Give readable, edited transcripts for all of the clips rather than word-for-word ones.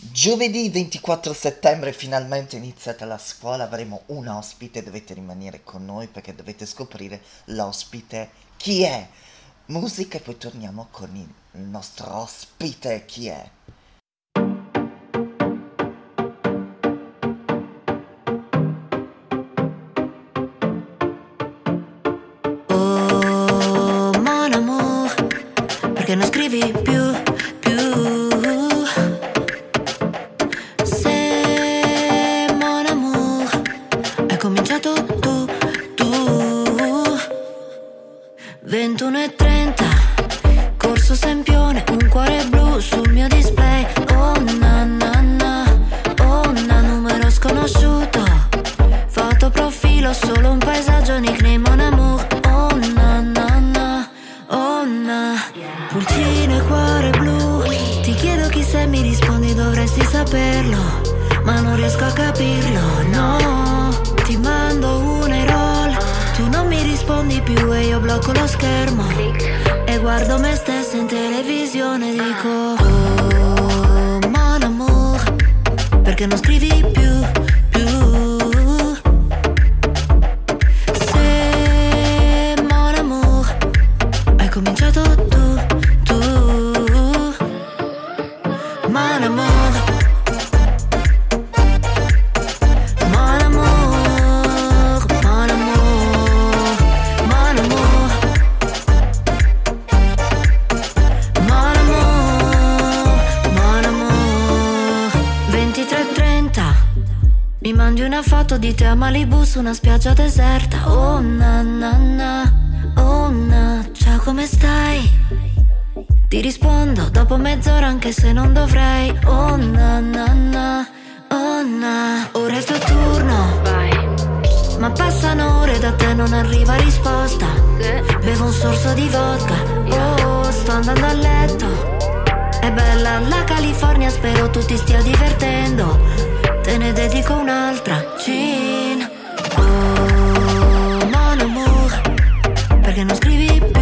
Giovedì 24 settembre finalmente iniziata la scuola, avremo un ospite, dovete rimanere con noi perché dovete scoprire l'ospite chi è. Musica e poi torniamo con il nostro ospite chi è. Oh, mon amour, perché non scrivi più? Se mon amour, hai cominciato tu 21:30, corso Sempione, un cuore blu sul mio display. Oh na na na, oh na, numero sconosciuto, foto profilo, solo un paesaggio, nickname mon amour. Oh na na na, oh na, pulcino e cuore blu. Ti chiedo chi sei, mi rispondi dovresti saperlo, ma non riesco a capirlo, no. Ti mando un roll, tu non mi rispondi più e io blocco lo schermo e guardo me stessa in televisione. Dico oh mon amour, perché non scrivi più? Se mon amour, hai cominciato tu mon amour, mon amour, mon amour, mon amour, mon amour, mon amour. 23:30, mi mandi una foto di te a Malibu su una spiaggia deserta. Oh na na na, oh na, ciao come stai? Ti rispondo dopo mezz'ora anche se non dovrei. Oh na na na, oh na, ora è il tuo turno, ma passano ore da te non arriva risposta. Bevo un sorso di vodka, oh sto andando a letto. È bella la California, spero tu ti stia divertendo. Te ne dedico un'altra, Cin. Oh mon amour, perché non scrivi più?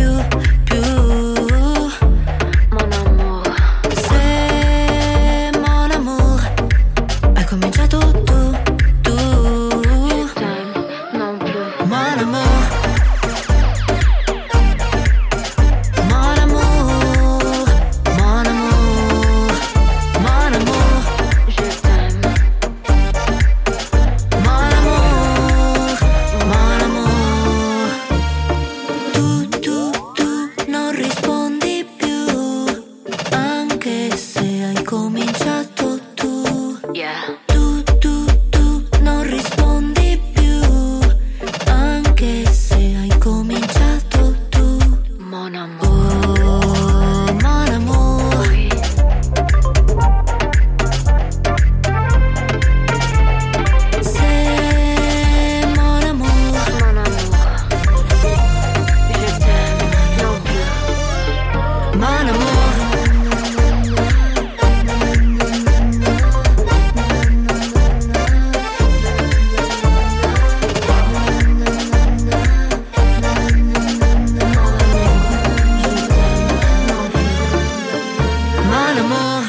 Mon amour, se mon amour, hai cominciato tu non più. Mon amour, mon amour, mon amour, mon amour, je t'aime. Mon amour, mon amour. Tu non rispondi più, anche se hai cominciato tu. Yeah. Tu non rispondi più, anche se hai cominciato tu. Mon amour, oh mon amour. Se mon amour, je t'aime non più. Mon amour. Mon amour.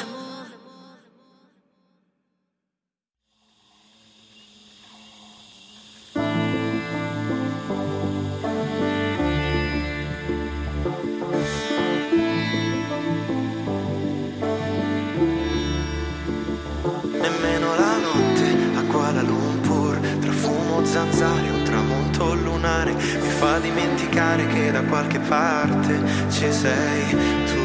Nemmeno la notte a Kuala Lumpur, tra fumo, zanzare e un tramonto lunare, mi fa dimenticare che da qualche parte ci sei tu.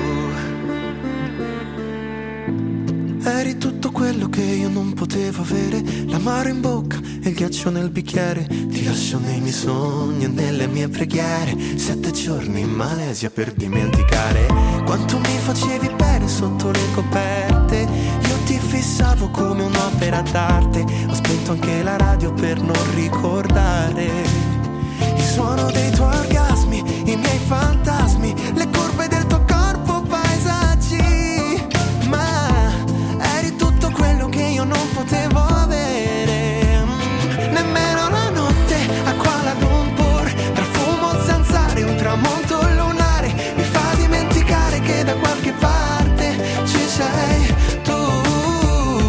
Eri tutto quello che io non potevo avere, l'amaro in bocca e il ghiaccio nel bicchiere. Ti lascio nei miei sogni e nelle mie preghiere, 7 giorni in Malesia per dimenticare quanto mi facevi bene sotto le coperte. Io ti fissavo come un'opera d'arte, ho spento anche la radio per non ricordare il suono dei tuoi orgasmi, i miei fantasmi, le curve del tuo corpo, paesaggi. Ma eri tutto quello che io non potevo avere. Nemmeno la notte a Kuala Lumpur, tra fumo, zanzare e un tramonto lunare, mi fa dimenticare che da qualche parte ci sei tu.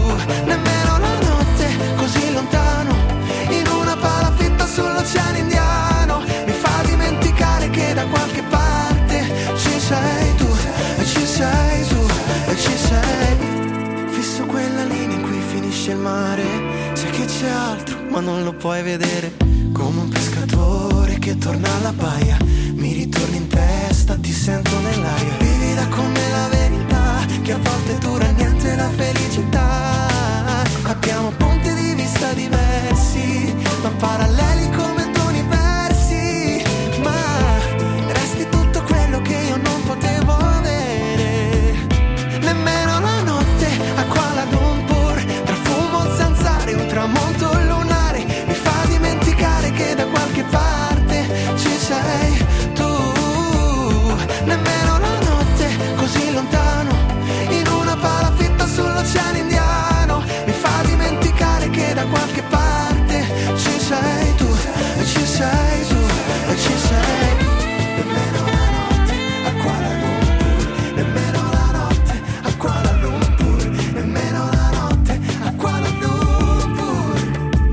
c'è altro, ma non lo puoi vedere. Come un pescatore che torna alla baia, mi ritorni in testa, ti sento nell'aria. Vivida come la verità, che a volte dura niente la felicità. Abbiamo punti di vista diversi, ma paralleli come due universi. Ma resti tutto quello che io non potevo avere. Nemmeno la notte a Kuala Lumpur, tra fumo, zanzare, un tramonto lunare, mi fa dimenticare che da qualche parte ci sei tu. Nemmeno la notte così lontano, in una palafitta sull'oceano Indiano, mi fa dimenticare che da qualche parte ci sei tu, ci sei tu, ci sei. Nemmeno la notte a Kuala Lumpur, nemmeno la notte a Kuala Lumpur, nemmeno la notte a Kuala Lumpur.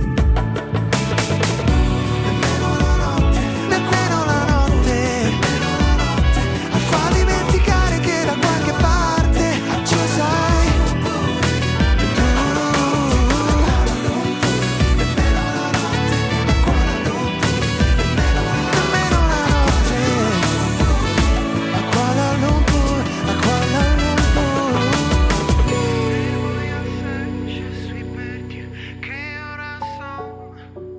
Nemmeno la notte, nemmeno la notte, a far dimenticare che da qualche parte ci sei tu. Nemmeno la notte a Kuala Lumpur, nemmeno la notte a Kuala Lumpur, a Kuala Lumpur. Je suis perdu, che ora sono?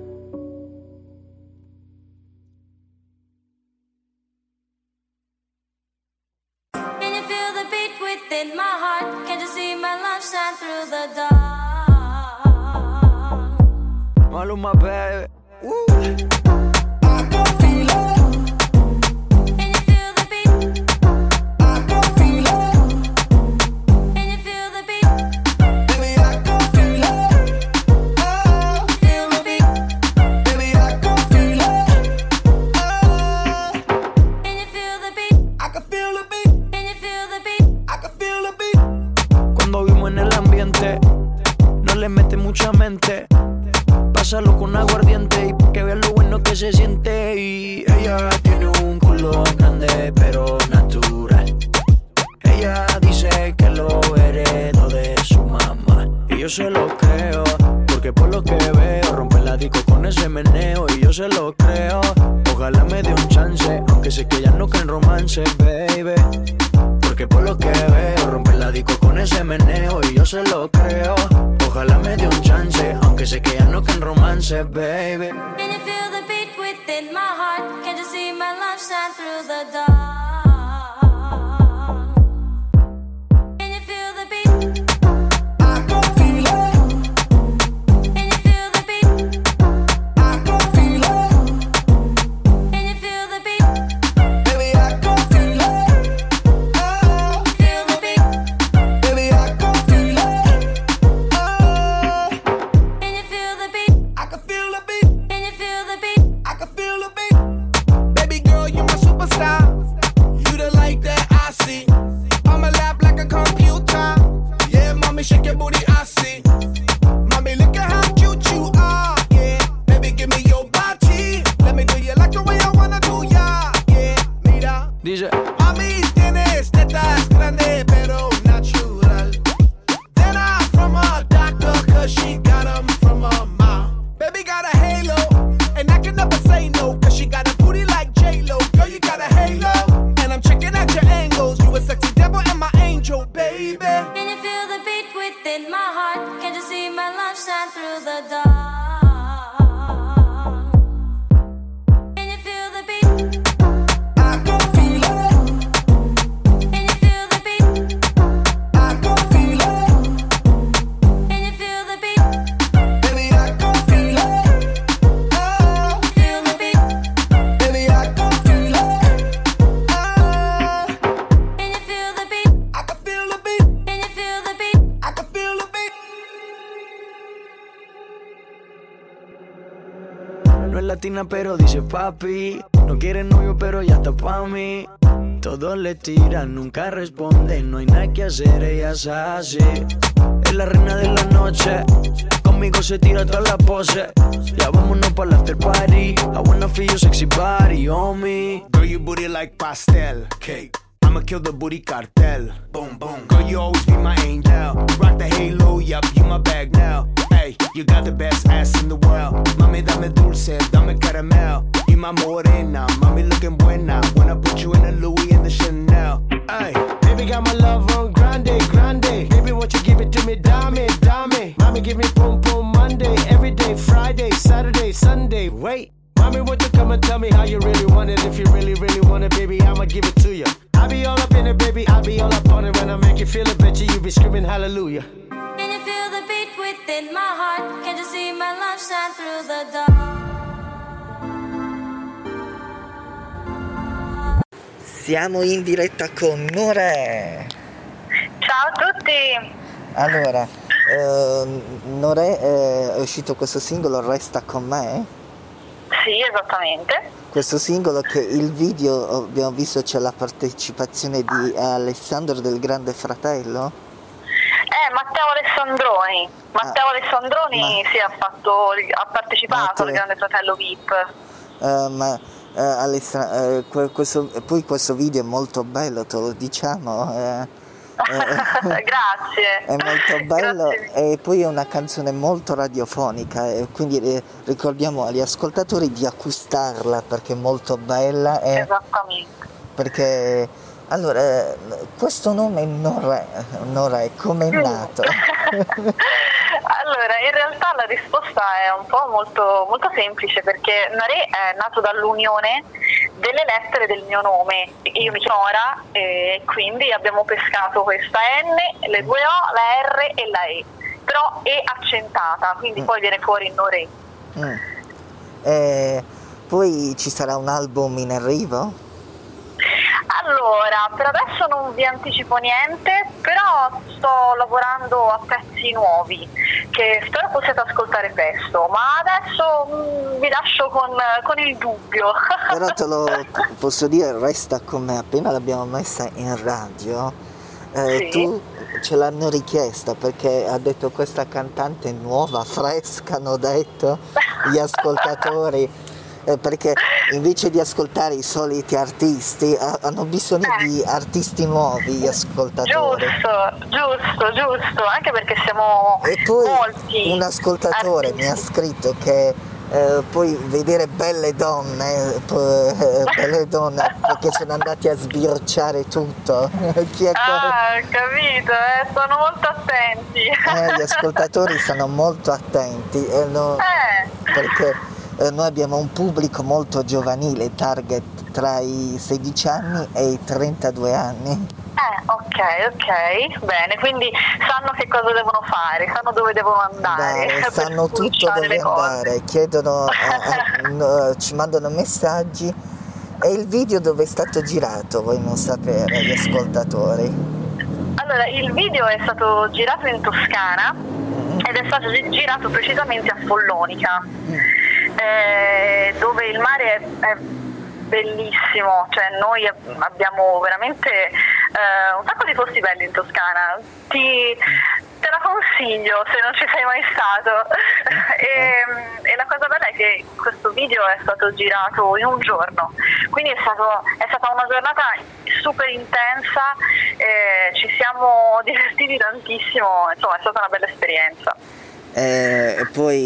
Can you feel the beat within my heart? Can't you see my love shine through the dark? Maluma, baby. Can you feel the beat? Can you feel the beat? Baby, I can feel it. Feel the beat? Baby, I can feel it. Can you feel the beat? I can feel the beat. Can you feel the beat? I can feel the beat. Cuando vimos en el ambiente, no le mete mucha mente. Pásalo con aguardiente y pa' que veas lo bueno que se siente. Y ella tiene un culo grande pero natural. Ella dice que lo heredó de su mamá. Y yo se lo creo, porque por lo que veo rompe la disco con ese meneo. Y yo se lo creo, ojalá me dé un chance, aunque sé que ella no cree en romance, baby. Porque por lo que veo rompe la disco con ese meneo. Y yo se lo creo, ojalá me dé un chance, aunque sé que ella no cree en romance, baby. Can you feel the beat within my heart? Can't you see my love shine through the dark? Can you feel the beat? I can feel it. Can you feel the beat? I can feel it. Can you feel the beat? Baby, I can feel it. Feel the beat? Baby, I can feel it. Can you feel the beat? I can feel the beat. Can you feel the beat? I can feel the beat. Baby girl, you my superstar. You the light that I see. On my lap like a computer. Yeah, mommy, shake your booty, I see. Mommy, look at how cute you are. Yeah, baby, give me your body. Let me do you like the way I wanna do ya. Yeah, mira. Dice, mami, tienes tetas grandes, pero natural. Then I'm from a doctor, cause she got 'em from her mom. Baby got a halo, and I can never say no, cause she got a booty like J-Lo. Girl, you got a halo, and I'm checking out your angles. You a sexy devil and my angel, baby. Can you feel the beat within my heart? Can't you see my love shine through the dark? Can you feel the beat? I can feel it. Can you feel the beat? I can feel it. Can you feel the beat? Baby, I can feel it. Feel the beat? Baby, I can feel it. Can you feel the beat? I can feel the beat. Can you feel the beat? I can feel the beat. No es latina pero dice papi. No quiere novio pero ya está pa' mí. Todos le tiran, nunca responde. No hay nada que hacer, ella es así. Es la reina de la noche. Conmigo se tira toda la pose. Ya vámonos pa' la after party. I wanna feel your sexy body on me. Girl, your booty like pastel cake. I'ma kill the booty cartel. Boom, boom. Girl, you always be my angel. Rock the halo, yup, you my bag now. Hey, you got the best ass my morena. Mommy looking buena. When I put you in the Louis and the Chanel. Ay, baby got my love on grande, grande. Baby, won't you give it to me, dame, dame. Mommy give me boom, boom, Monday. Every day, Friday, Saturday, Sunday. Wait, mommy, won't you come and tell me how you really want it? If you really, really want it, baby, I'ma give it to you. I be all up in it, baby, I be all up on it. When I make you feel it, bet you be screaming hallelujah. Can you feel the beat within my heart? Can't you see my love shine through the dark? Siamo in diretta con Nore. Ciao a tutti! Allora, Nore, è uscito questo singolo Resta con me? Sì, esattamente. Questo singolo che il video, abbiamo visto, c'è la partecipazione di Alessandro del Grande Fratello? Matteo Alessandroni. Alessandroni sì, ha partecipato al Grande Fratello VIP. Questo video è molto bello, te lo diciamo. Grazie. È molto bello. Grazie. E poi è una canzone molto radiofonica, e quindi ricordiamo agli ascoltatori di acquistarla perché è molto bella. Esattamente. Perché allora questo nome Nore come è nato? Allora, in realtà la risposta è un po' molto semplice, perché Nore è nato dall'unione delle lettere del mio nome. Io mi chiamo Nora e quindi abbiamo pescato questa N, le due O, la R e la E, però E accentata, quindi poi viene fuori Nore. Poi ci sarà un album in arrivo? Allora, per adesso non vi anticipo niente, però sto lavorando a pezzi nuovi che spero possiate ascoltare presto, ma adesso vi lascio con il dubbio. Però te lo posso dire, Resta con me, appena l'abbiamo messa in radio, Sì. tu ce l'hanno richiesta perché ha detto questa cantante nuova, fresca, hanno detto gli ascoltatori. Perché invece di ascoltare i soliti artisti hanno bisogno di artisti nuovi, gli ascoltatori. Giusto, anche perché siamo E poi molti un ascoltatore artisti. mi ha scritto che poi vedere belle donne perché sono andati a sbirciare tutto. Chi è Ho capito, sono molto attenti. Gli ascoltatori sono molto attenti perché noi abbiamo un pubblico molto giovanile, target tra i 16 anni e i 32 anni. Ok, bene, quindi sanno che cosa devono fare, sanno dove devono andare. Sanno per tutto spulciare dove le cose. andare, chiedono, ci mandano messaggi. E il video dove è stato girato, voi non sapere, gli ascoltatori? Allora, il video è stato girato in Toscana ed è stato girato precisamente a Follonica, dove il mare è bellissimo, cioè noi abbiamo veramente un sacco di posti belli in Toscana, te la consiglio se non ci sei mai stato. E la cosa bella è che questo video è stato girato in un giorno, quindi è stata una giornata super intensa, ci siamo divertiti tantissimo, insomma è stata una bella esperienza. E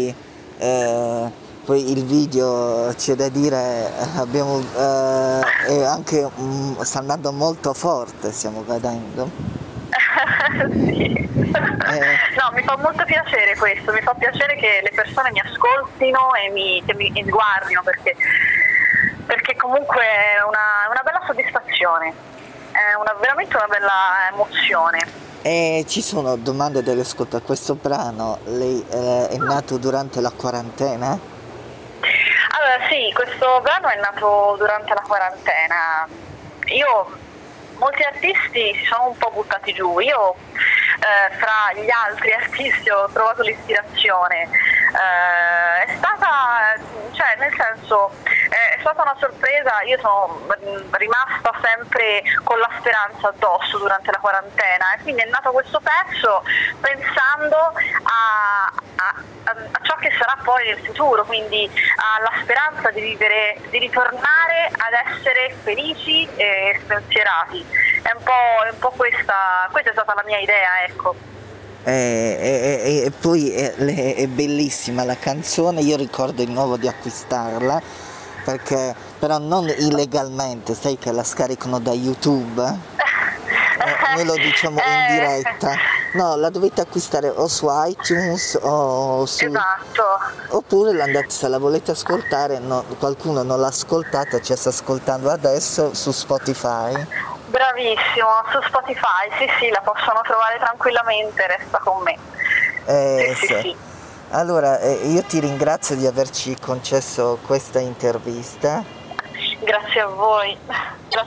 poi il video, c'è da dire, abbiamo è anche sta andando molto forte, stiamo vedendo. Sì. No, mi fa molto piacere questo, mi fa piacere che le persone mi ascoltino e mi guardino, perché comunque è una bella soddisfazione, è veramente una bella emozione. E ci sono domande delle ascoltatori. Questo brano è nato durante la quarantena? Allora sì, questo brano è nato durante la quarantena. Molti artisti si sono un po' buttati giù, io fra gli altri artisti ho trovato l'ispirazione, è stata, cioè nel senso, è stata una sorpresa, io sono rimasta sempre con la speranza addosso durante la quarantena e quindi è nato questo pezzo pensando a ciò che sarà poi nel futuro, quindi alla speranza di vivere, di ritornare ad essere felici e spensierati. È un po' questa è stata la mia idea, ecco. E poi è bellissima la canzone, io ricordo di nuovo di acquistarla perché però non illegalmente, sai che la scaricano da YouTube? Noi lo diciamo in diretta. No, la dovete acquistare o su iTunes o su... Esatto. Oppure se la volete ascoltare, qualcuno non l'ha ascoltata, ci sta ascoltando adesso su Spotify. Bravissimo, su Spotify, sì, la possono trovare tranquillamente, resta con me. Sì. Allora, io ti ringrazio di averci concesso questa intervista. Grazie a voi. Grazie.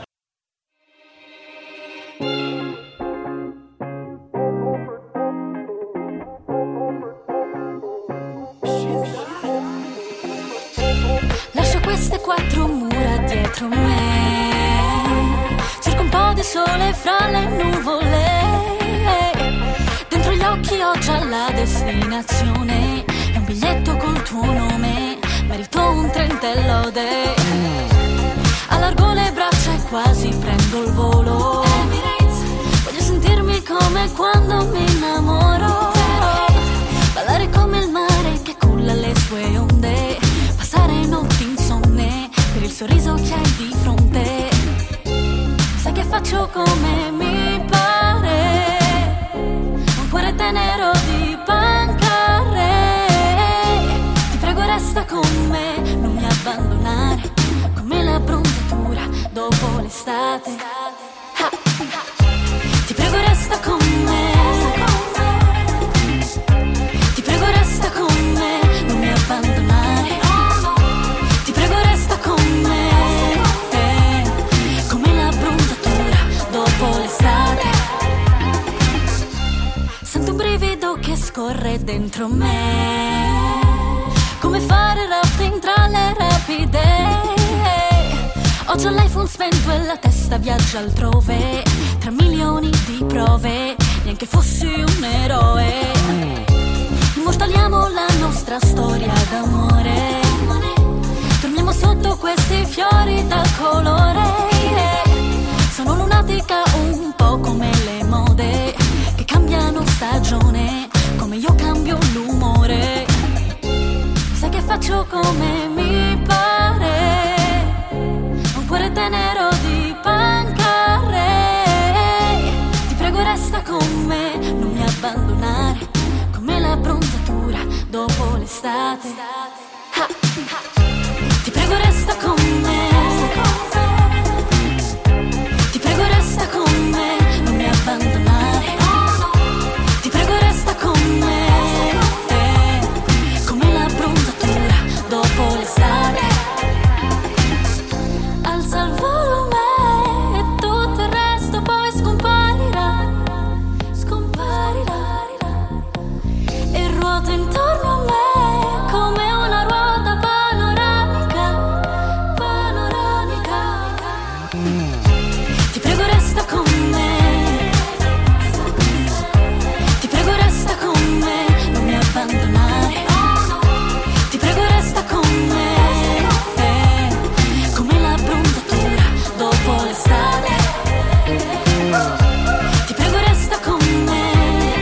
Lascio queste quattro mura dietro me, cerco un po' di sole fra le nuvole, dentro gli occhi ho già la destinazione, è un biglietto col tuo nome, merito un treno e lode, allargo le braccia e quasi prendo il volo, voglio sentirmi come quando mi innamoro, ballare come il mare che culla le sue onde, passare notti insonne per il sorriso che hai di fronte. Sai che faccio come mi pare, un cuore tenero di pancarre. Ti prego resta con me, non mi abbandonare, come la bronzatura dopo l'estate. Ti prego resta con me, ti prego resta con me, non mi abbandonare. Ti prego resta con me, come la bronzatura dopo l'estate. Sento un brivido che scorre dentro me, come fare rafting tra le rapide. Ho già l'iPhone spento e la testa viaggia altrove, tra milioni di prove, neanche fossi un eroe. Immortaliamo la nostra storia d'amore, dormiamo sotto questi fiori dal colore. Sono lunatica un po' come le mode che cambiano stagione, come io cambio l'umore. Sai che faccio come mi pare, un cuore tenero di pancarre. Ti prego resta con me, non mi abbandonare, come la bronzatura dopo l'estate. Ti prego resta con me, ti prego resta con me, non mi abbandonare. Ti prego resta con me, come la bronzatura dopo l'estate. Alza il volume e tutto il resto poi scomparirà, scomparirà. E ruota intorno a me come una ruota panoramica, panoramica. Ti prego resta con me, ti prego resta con me, non mi abbandonare. Ti prego resta con me, come la bronzatura dopo l'estate. Ti prego resta con me,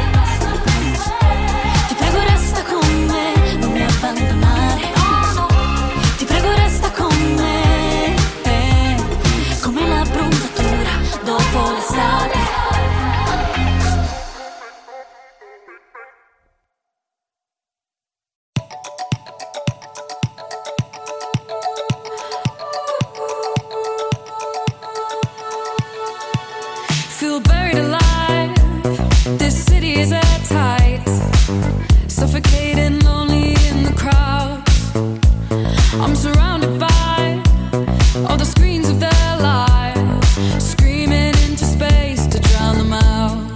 ti prego resta con me, non mi abbandonare. Ti prego resta con me, come la bronzatura dopo l'estate. Feel buried alive. This city is at tight, suffocating, lonely in the crowd. I'm surrounded by all the screens of their lives, screaming into space to drown them out.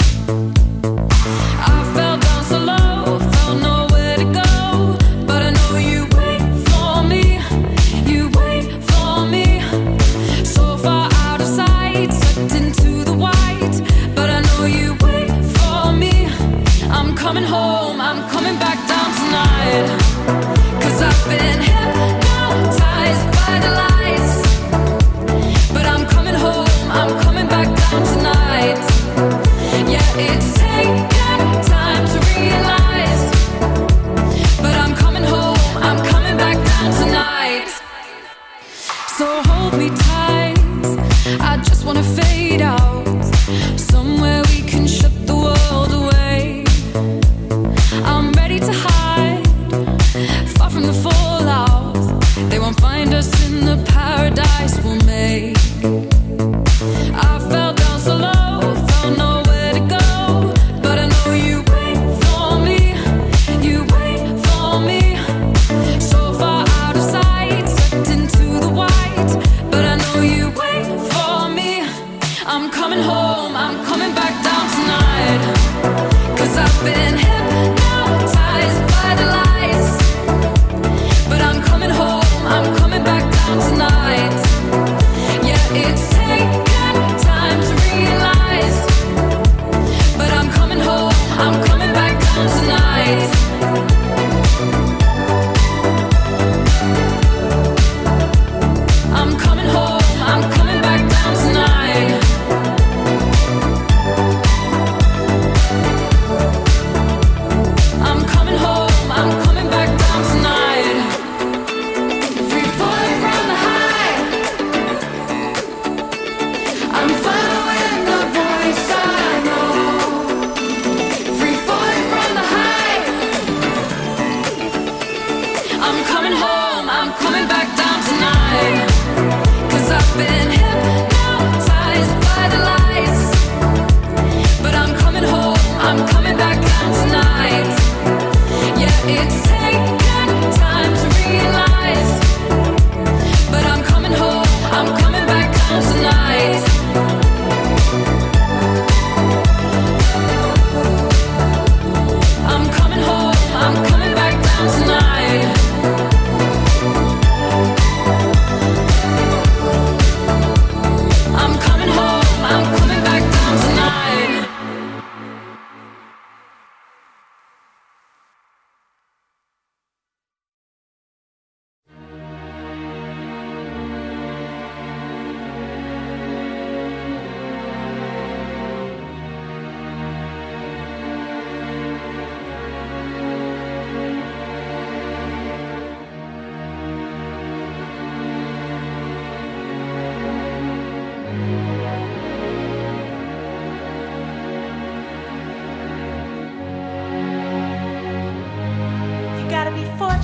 I fell down so low, felt nowhere to go, but I know you wait for me, you wait for me. So far out of sight, sucked into the white, but I know you wait for me. I'm coming home, I'm coming back down tonight, 'cause I've been hypnotized by the lights. But I'm coming home, I'm coming back down tonight. Yeah, it's taken time to realize, but I'm coming home, I'm coming back down tonight.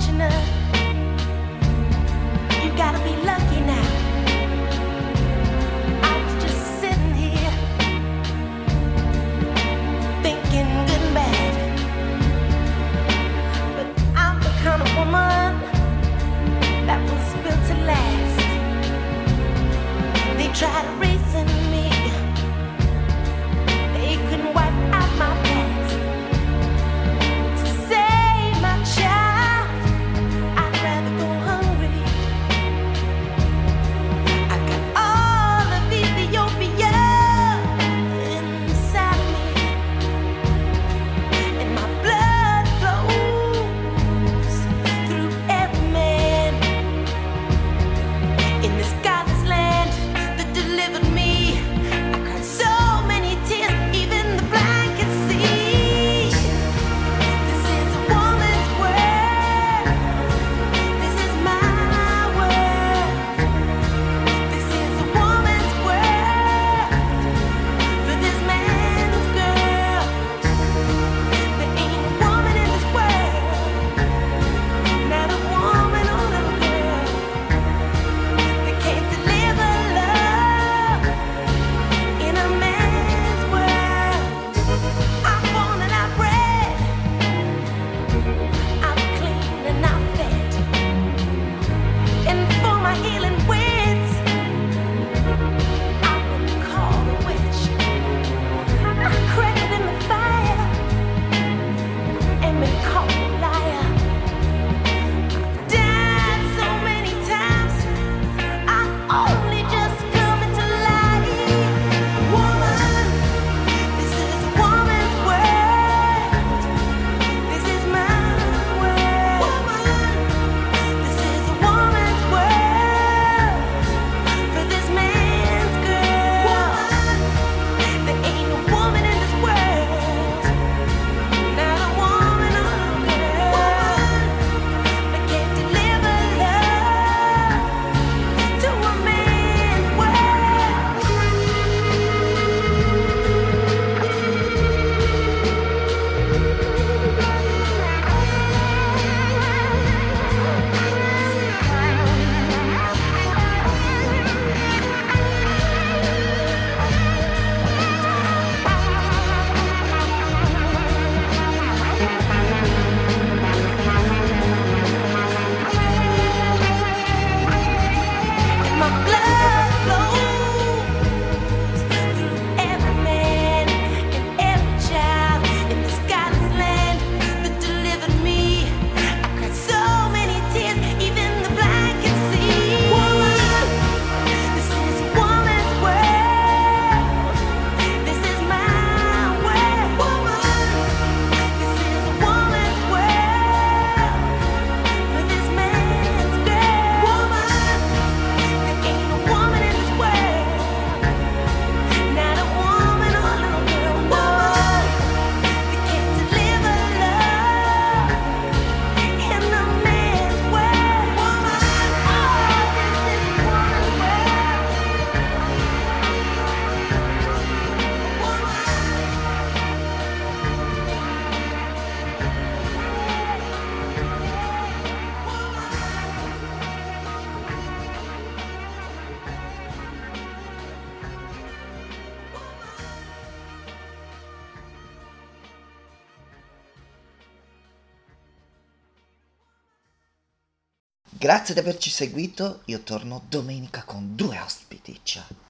fortunate. You gotta be lucky now. I was just sitting here thinking good and bad. But I'm the kind of woman that was built to last. They try to reason me. They couldn't wipe out my past. To save my child, I'd rather go hungry. I've got all of Ethiopia inside of me, and my blood flows through every man in this godless land that delivered me. I cried so many tears, even the blind can see. This is a woman's world. This is my world. This is a woman's world for this man's girl. There ain't a woman in this world, not a woman or little girl, that can't deliver love in a man's world. I'm born and I'm bred. I'm clean and I'm fed. And for my healing wits, I've been called a witch. I cracked in the fire and been called a liar. Died so many times, I'm only just coming to life. Woman, this is a woman's world. This is my world. Woman, this is a woman's world for this man's girl. Woman, there ain't a woman in this world, not a woman or a girl, that can't deliver love to a man's world. And my blood flows through every man and every child in this godless land that delivered me. I cried so many tears, even the blind can see. Woman, this is a woman's world. This is my world. Woman, this is a woman's world for this man's girl. Woman, there ain't a woman in this world, not a woman or little girl, no, that can't deliver love in a man's world. Woman, oh, this is a woman's world. Grazie di averci seguito, io torno domenica con 2 ospiti, ciao.